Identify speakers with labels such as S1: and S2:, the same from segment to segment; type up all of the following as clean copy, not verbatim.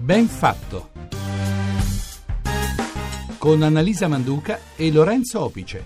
S1: Ben fatto, con Annalisa Manduca e Lorenzo Opice.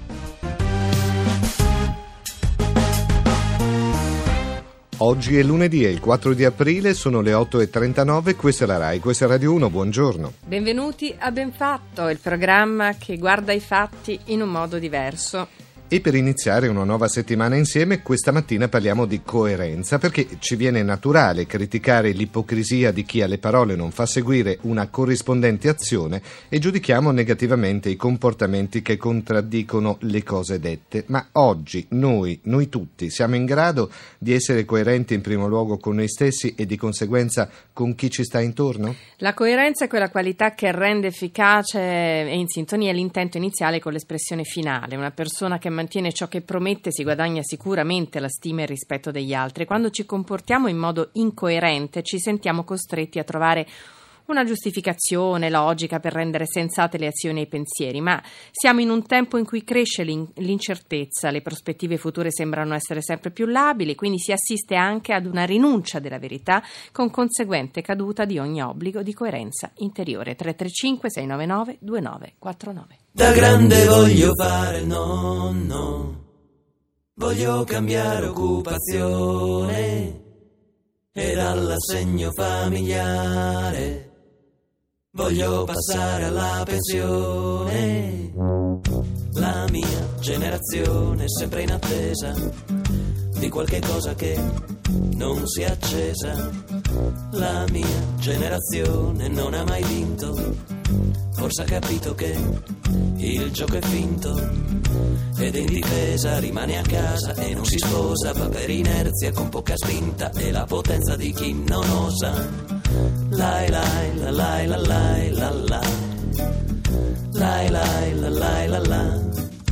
S2: Oggi è lunedì, è il 4 di aprile, sono le 8:39, questa è la RAI, questa è Radio 1, buongiorno.
S3: Benvenuti a Ben fatto, il programma che guarda i fatti in un modo diverso.
S2: E per iniziare una nuova settimana insieme, questa mattina parliamo di coerenza, perché ci viene naturale criticare l'ipocrisia di chi alle parole non fa seguire una corrispondente azione e giudichiamo negativamente i comportamenti che contraddicono le cose dette. Ma oggi noi tutti siamo in grado di essere coerenti in primo luogo con noi stessi e di conseguenza con chi ci sta intorno?
S3: La coerenza è quella qualità che rende efficace e in sintonia l'intento iniziale con l'espressione finale. Una persona che mantiene ciò che promette si guadagna sicuramente la stima e il rispetto degli altri. Quando ci comportiamo in modo incoerente ci sentiamo costretti a trovare una giustificazione logica per rendere sensate le azioni e i pensieri, ma siamo in un tempo in cui cresce l'incertezza, le prospettive future sembrano essere sempre più labili, quindi si assiste anche ad una rinuncia della verità con conseguente caduta di ogni obbligo di coerenza interiore. 335 699 2949.
S4: Da grande voglio fare il nonno, voglio cambiare occupazione e dall'assegno familiare voglio passare alla pensione. La mia generazione è sempre in attesa di qualche cosa che non si è accesa. La mia generazione non ha mai vinto, forse ha capito che il gioco è finto ed in difesa rimane a casa e non si sposa, va per inerzia con poca spinta e la potenza di chi non osa. Lai lai la lai la lai la la, lai lai la lai la la.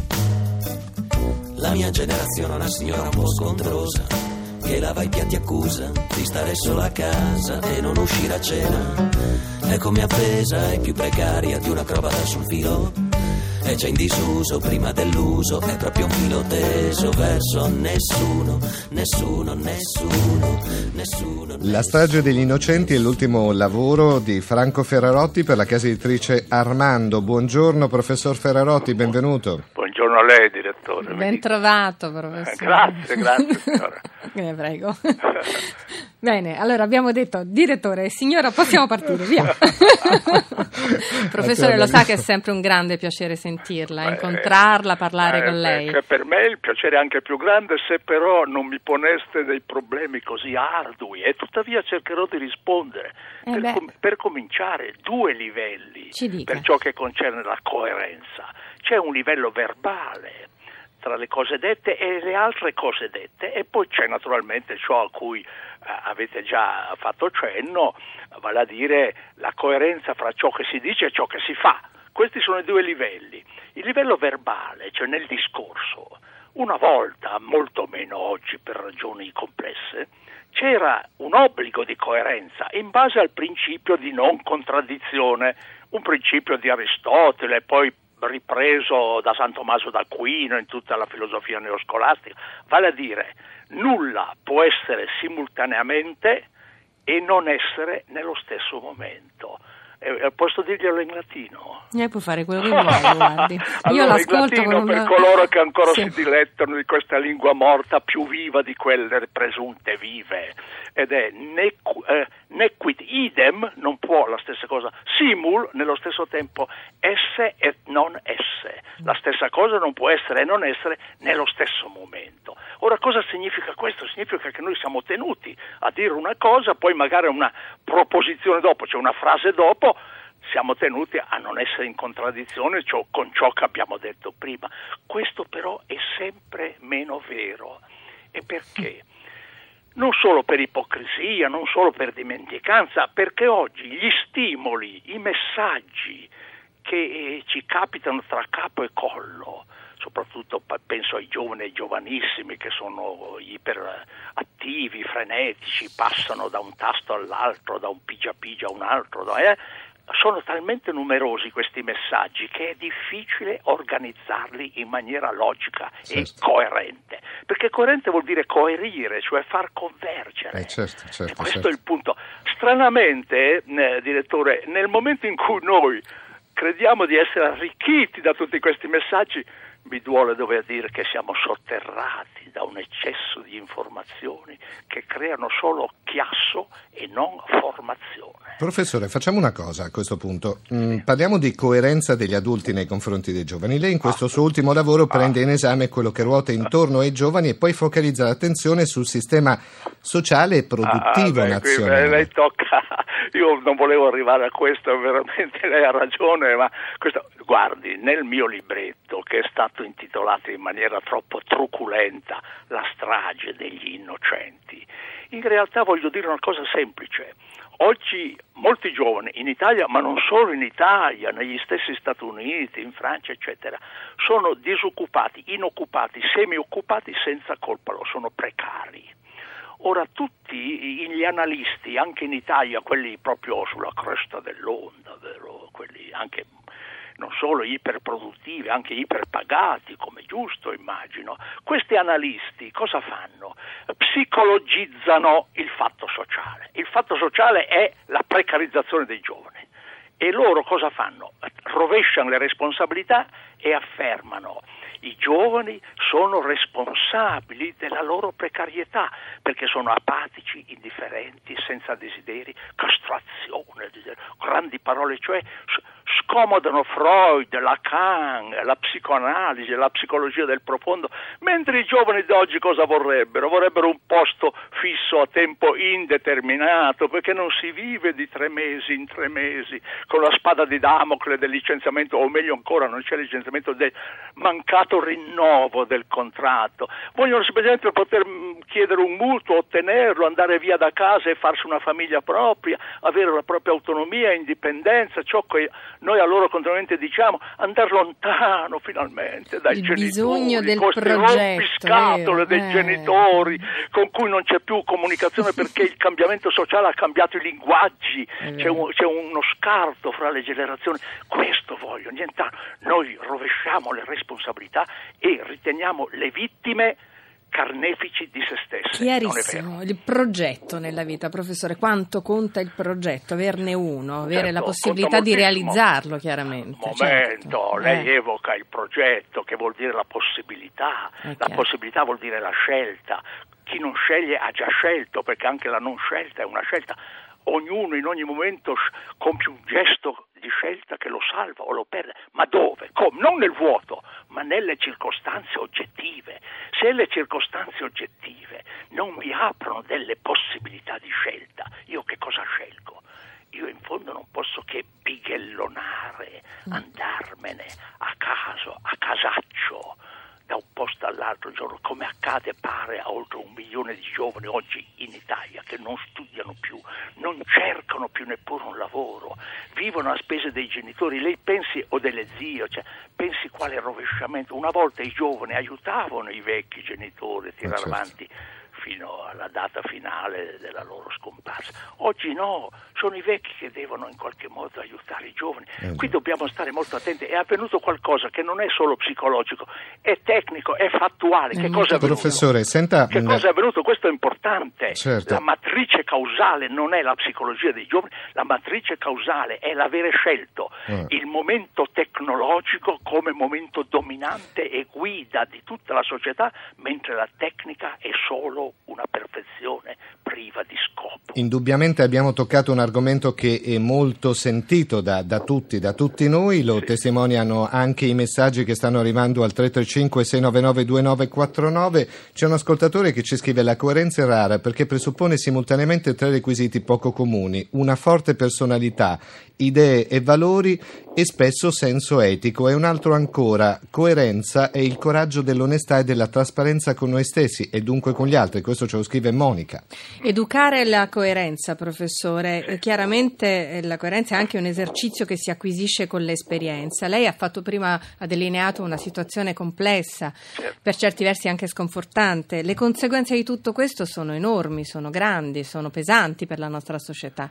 S4: La mia generazione è una signora un po' scontrosa che lava i piatti, accusa di stare sola a casa e non uscire a cena. È come appesa e più precaria di una acrobata sul filo, è già in disuso prima dell'uso, è proprio un filo teso verso nessuno.
S2: La strage degli innocenti è l'ultimo lavoro di Franco Ferrarotti per la casa editrice Armando. Buongiorno professor Ferrarotti, benvenuto.
S5: Buongiorno a lei, direttore.
S3: Ben trovato, professore.
S5: Grazie signora.
S3: Prego. Bene, allora abbiamo detto, direttore, signora, possiamo partire, via. Professore, lo sa che è sempre un grande piacere sentirla, incontrarla, parlare con lei.
S5: Per me il piacere è anche più grande se però non mi poneste dei problemi così ardui e tuttavia cercherò di rispondere. Per cominciare, due livelli per ciò che concerne la coerenza. C'è un livello verbale tra le cose dette e le altre cose dette e poi c'è naturalmente ciò a cui avete già fatto cenno, vale a dire la coerenza fra ciò che si dice e ciò che si fa. Questi sono i due livelli. Il livello verbale, cioè nel discorso, una volta, molto meno oggi per ragioni complesse, c'era un obbligo di coerenza in base al principio di non contraddizione, un principio di Aristotele, poi ripreso da San Tommaso d'Aquino in tutta la filosofia neoscolastica, vale a dire nulla può essere simultaneamente e non essere nello stesso momento. Posso dirglielo in latino?
S3: Può fare quello che vuole, guardi.
S5: Allora,
S3: io l'ascolto
S5: in latino, per coloro che ancora si dilettano di questa lingua morta più viva di quelle presunte vive, ed è nequit idem, non può la stessa cosa, simul nello stesso tempo esse e non esse, la stessa cosa non può essere e non essere nello stesso momento. Ora cosa significa questo? Significa che noi siamo tenuti a dire una cosa, poi magari una proposizione dopo, cioè una frase dopo, siamo tenuti a non essere in contraddizione con ciò che abbiamo detto prima. Questo però è sempre meno vero. E perché? Non solo per ipocrisia, non solo per dimenticanza, perché oggi gli stimoli, i messaggi che ci capitano tra capo e collo, soprattutto penso ai giovani e ai giovanissimi che sono iperattivi, frenetici, passano da un tasto all'altro, da un pigia a un altro, sono talmente numerosi questi messaggi che è difficile organizzarli in maniera logica e coerente, perché coerente vuol dire coerire, cioè far convergere.
S2: Certo,
S5: e questo è il punto. stranamente, direttore, nel momento in cui noi crediamo di essere arricchiti da tutti questi messaggi, mi duole dover dire che siamo sotterrati da un eccesso di informazioni che creano solo chiasso e non formazione.
S2: Professore, facciamo una cosa a questo punto. Parliamo di coerenza degli adulti nei confronti dei giovani. Lei in questo suo ultimo lavoro prende in esame quello che ruota intorno ai giovani e poi focalizza l'attenzione sul sistema sociale e produttivo nazionale.
S5: Lei tocca. Io non volevo arrivare a questo, veramente lei ha ragione, ma questo, guardi, nel mio libretto, che è stato intitolato in maniera troppo truculenta La strage degli innocenti, in realtà voglio dire una cosa semplice. Oggi molti giovani in Italia, ma non solo in Italia, negli stessi Stati Uniti, in Francia, eccetera, sono disoccupati, inoccupati, semioccupati senza colpa, sono precari. Ora tutti gli analisti, anche in Italia, quelli proprio sulla cresta dell'onda, vero? Quelli anche non solo iperproduttivi, anche iperpagati, come giusto immagino, questi analisti cosa fanno? Psicologizzano il fatto sociale. Il fatto sociale è la precarizzazione dei giovani. E loro cosa fanno? Rovesciano le responsabilità e affermano: i giovani sono responsabili della loro precarietà perché sono apatici, indifferenti, senza desideri, castrazione, grandi parole, cioè scomodano Freud, Lacan, la psicoanalisi, la psicologia del profondo, mentre i giovani di oggi cosa vorrebbero? Vorrebbero un posto fisso a tempo indeterminato, perché non si vive di 3 mesi in 3 mesi con la spada di Damocle del licenziamento, o meglio ancora non c'è licenziamento, del mancato rinnovo del contratto. Vogliono semplicemente poter chiedere un mutuo, ottenerlo, andare via da casa e farsi una famiglia propria, avere la propria autonomia e indipendenza, ciò che noi a loro continuamente diciamo, andare lontano finalmente dai genitori,
S3: bisogno del
S5: questi rompiscatole dei genitori con cui non c'è più comunicazione perché il cambiamento sociale ha cambiato i linguaggi, c'è uno scarto fra le generazioni. Questo voglio, nient'altro. Noi rovesciamo le responsabilità e riteniamo le vittime carnefici di se stesse.
S3: Chiarissimo, il progetto nella vita, professore, quanto conta il progetto, averne uno, avere la possibilità di realizzarlo, chiaramente.
S5: Momento, lei evoca il progetto, che vuol dire la possibilità, la possibilità vuol dire la scelta. Chi non sceglie ha già scelto, perché anche la non scelta è una scelta. Ognuno in ogni momento compie un gesto di scelta che lo salva o lo perde, ma dove? Come? Non nel vuoto, ma nelle circostanze oggettive. Se le circostanze oggettive non mi aprono delle possibilità di scelta, io che cosa scelgo? Io in fondo non posso che bighellonare, andarmene a caso, a casaccio, da un posto all'altro giorno, come accade pare a oltre 1 milione di giovani oggi in Italia che non studiano più, non cercano più neppure un lavoro, vivono a spese dei genitori. Lei pensi, o delle zie, cioè, pensi quale rovesciamento. Una volta i giovani aiutavano i vecchi genitori a tirare avanti fino alla data finale della loro scomparsa. Oggi no, sono i vecchi che devono in qualche modo aiutare i giovani. Qui dobbiamo stare molto attenti. È avvenuto qualcosa che non è solo psicologico, è tecnico, è fattuale. Che cosa è avvenuto?
S2: Professore, senta...
S5: Che cosa è avvenuto? Questo è importante.
S2: Certo.
S5: La matrice causale non è la psicologia dei giovani, la matrice causale è l'avere scelto il momento tecnologico come momento dominante e guida di tutta la società, mentre la tecnica è solo una perfezione priva di scopo.
S2: Indubbiamente abbiamo toccato un argomento che è molto sentito da tutti noi, lo testimoniano anche i messaggi che stanno arrivando al 335 699 2949. C'è un ascoltatore che ci scrive: la coerenza è rara perché presuppone simultaneamente 3 requisiti poco comuni: una forte personalità, idee e valori e spesso senso etico, e un altro ancora: coerenza è il coraggio dell'onestà e della trasparenza con noi stessi e dunque con gli altri. Questo ce lo scrive Monica.
S3: Educare la coerenza, professore, chiaramente la coerenza è anche un esercizio che si acquisisce con l'esperienza. Lei ha delineato una situazione complessa, per certi versi anche sconfortante. Le conseguenze di tutto questo sono enormi, sono grandi, sono pesanti per la nostra società.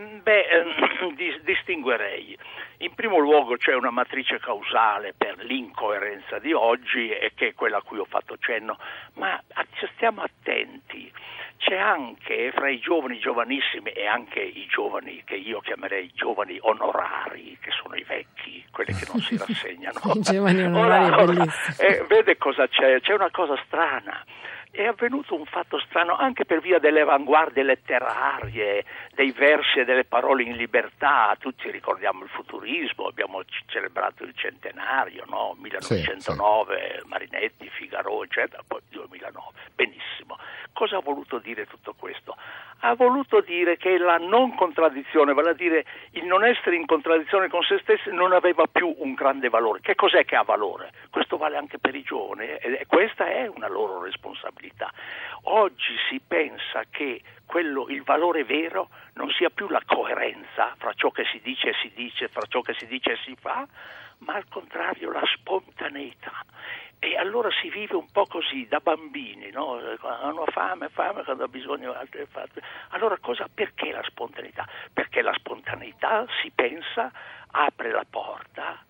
S5: Distinguerei. In primo luogo c'è una matrice causale per l'incoerenza di oggi, e che è quella a cui ho fatto cenno, ma stiamo attenti. c'è anche fra i giovani giovanissimi e anche i giovani che io chiamerei giovani onorari, che sono i vecchi, quelli che non si rassegnano.
S3: I giovani onorari, bellissimi.
S5: Vede cosa c'è una cosa strana. È avvenuto un fatto strano anche per via delle avanguardie letterarie, dei versi e delle parole in libertà. Tutti ricordiamo il futurismo, abbiamo celebrato il centenario, no? 1909, sì. Marinetti, Figaro, eccetera, poi 2009. Benissimo. Cosa ha voluto dire tutto questo? Ha voluto dire che la non contraddizione, vale a dire il non essere in contraddizione con se stessi, non aveva più un grande valore. Che cos'è che ha valore? Questo vale anche per i giovani e questa è una loro responsabilità. Oggi si pensa che il valore vero non sia più la coerenza fra ciò che si dice, fra ciò che si dice e si fa, ma al contrario la spontaneità. E allora si vive un po' così, da bambini, no? Hanno fame, quando ha bisogno di altre fatti. Allora perché la spontaneità? Perché la spontaneità, si pensa, apre la porta,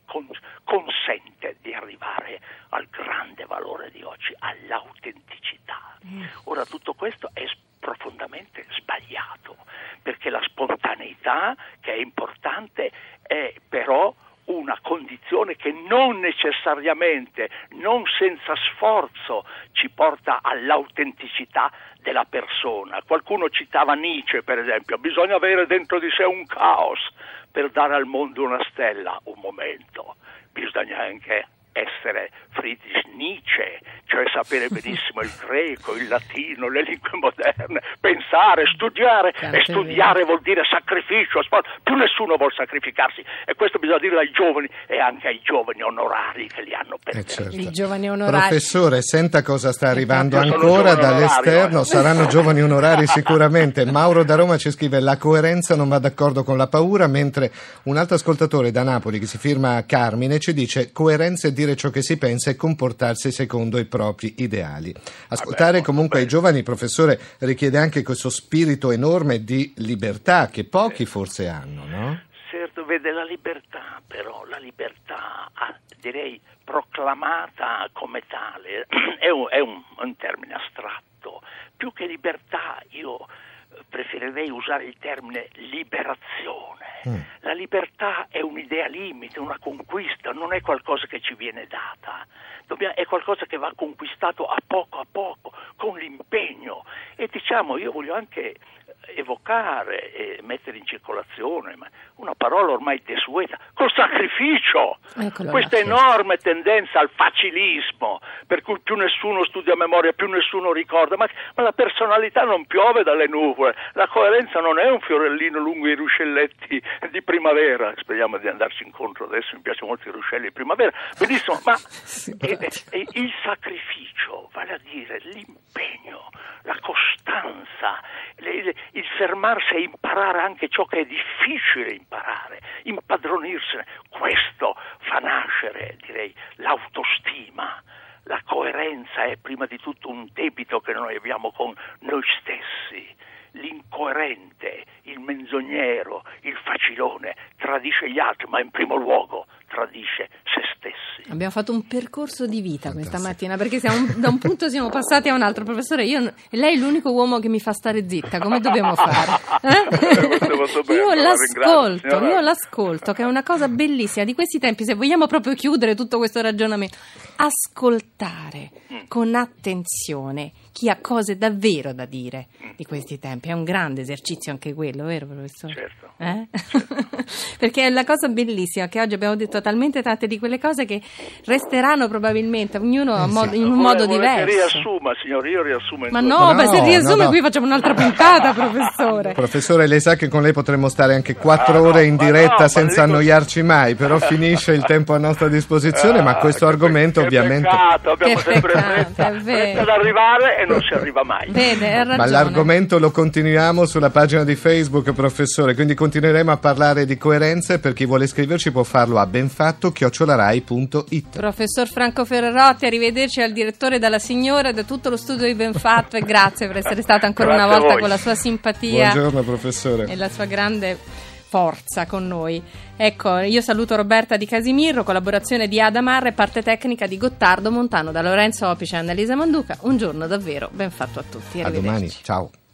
S5: consente di arrivare al grande valore di oggi, all'autenticità. Ora tutto questo è profondamente sbagliato, perché la spontaneità, che è importante, è però una condizione che non necessariamente, non senza sforzo, ci porta all'autenticità della persona. Qualcuno citava Nietzsche, per esempio: bisogna avere dentro di sé un caos per dare al mondo una stella. Un momento, bisogna anche essere Friedrich Nietzsche, cioè sapere benissimo il greco, il latino, le lingue moderne, pensare, studiare, e studiare vuol dire sacrificio, più nessuno vuol sacrificarsi, e questo bisogna dirlo ai giovani e anche ai giovani onorari che li hanno perduti.
S2: Certo.
S3: I giovani onorari.
S2: Professore, senta cosa sta arrivando ancora dall'esterno, saranno giovani onorari sicuramente. Mauro da Roma ci scrive: la coerenza non va d'accordo con la paura, mentre un altro ascoltatore da Napoli, che si firma Carmine, ci dice: coerenza è dire ciò che si pensa e comportarsi secondo i propri ideali. Ascoltare comunque i giovani, professore, richiede anche questo spirito enorme di libertà che pochi forse hanno, no?
S5: Certo, vede, la libertà, però, la libertà, direi proclamata come tale, è un termine astratto. Più che libertà, io preferirei usare il termine liberazione. La libertà è un'idea limite, una conquista, non è qualcosa che ci viene data, è qualcosa che va conquistato a poco, con l'impegno. E io voglio anche evocare e mettere in circolazione una parola ormai desueta: col sacrificio. Questa enorme tendenza al facilismo, per cui più nessuno studia a memoria, più nessuno ricorda, ma la personalità non piove dalle nuvole, la coerenza non è un fiorellino lungo i ruscelletti di primavera. Speriamo di andarci incontro adesso, mi piacciono molto i ruscelli di primavera, benissimo, ma il sacrificio, vale a dire l'impegno, la costanza, il fermarsi e imparare anche ciò che è difficile imparare, impadronirsene, questo fa nascere, direi, l'autostima. La coerenza è prima di tutto un debito che noi abbiamo con noi stessi. L'incoerente, il menzognero, il facilone tradisce gli altri, ma in primo luogo tradisce se stessi.
S3: Abbiamo fatto un percorso di vita questa mattina, perché da un punto siamo passati a un altro. Professore, lei è l'unico uomo che mi fa stare zitta, come dobbiamo fare? Io l'ascolto, che è una cosa bellissima di questi tempi, se vogliamo proprio chiudere tutto questo ragionamento. Ascoltare con attenzione chi ha cose davvero da dire di questi tempi. È un grande esercizio anche quello, vero professore?
S5: Certo.
S3: Perché è la cosa bellissima che oggi abbiamo detto talmente tante di quelle cose che resteranno probabilmente ognuno in un modo diverso.
S5: Riassuma, signore, io riassumo.
S3: Ma se riassume qui facciamo un'altra puntata, professore.
S2: Professore, lei sa che con lei potremmo stare anche 4 ore in diretta senza annoiarci mai, però finisce il tempo a nostra disposizione, ma questo argomento ovviamente...
S5: Peccato, abbiamo sempre fretta ad arrivare e non si arriva mai.
S3: Vede, ha ragione.
S2: Ma l'argomento lo continuiamo sulla pagina di Facebook, professore, quindi continueremo a parlare di coerenze. Per chi vuole scriverci può farlo a benfatto@rai.it.
S3: Professor Franco Ferrarotti, arrivederci al direttore, dalla signora, da tutto lo studio di Benfatto, e grazie per essere stato ancora una volta con la sua simpatia.
S2: Buongiorno professore.
S3: E la sua grande forza con noi. Ecco, io saluto Roberta Di Casimiro, collaborazione di Ada Marra e parte tecnica di Gottardo Montano, da Lorenzo Opice e Annalisa Manduca. Un giorno davvero ben fatto a tutti.
S2: A domani, ciao.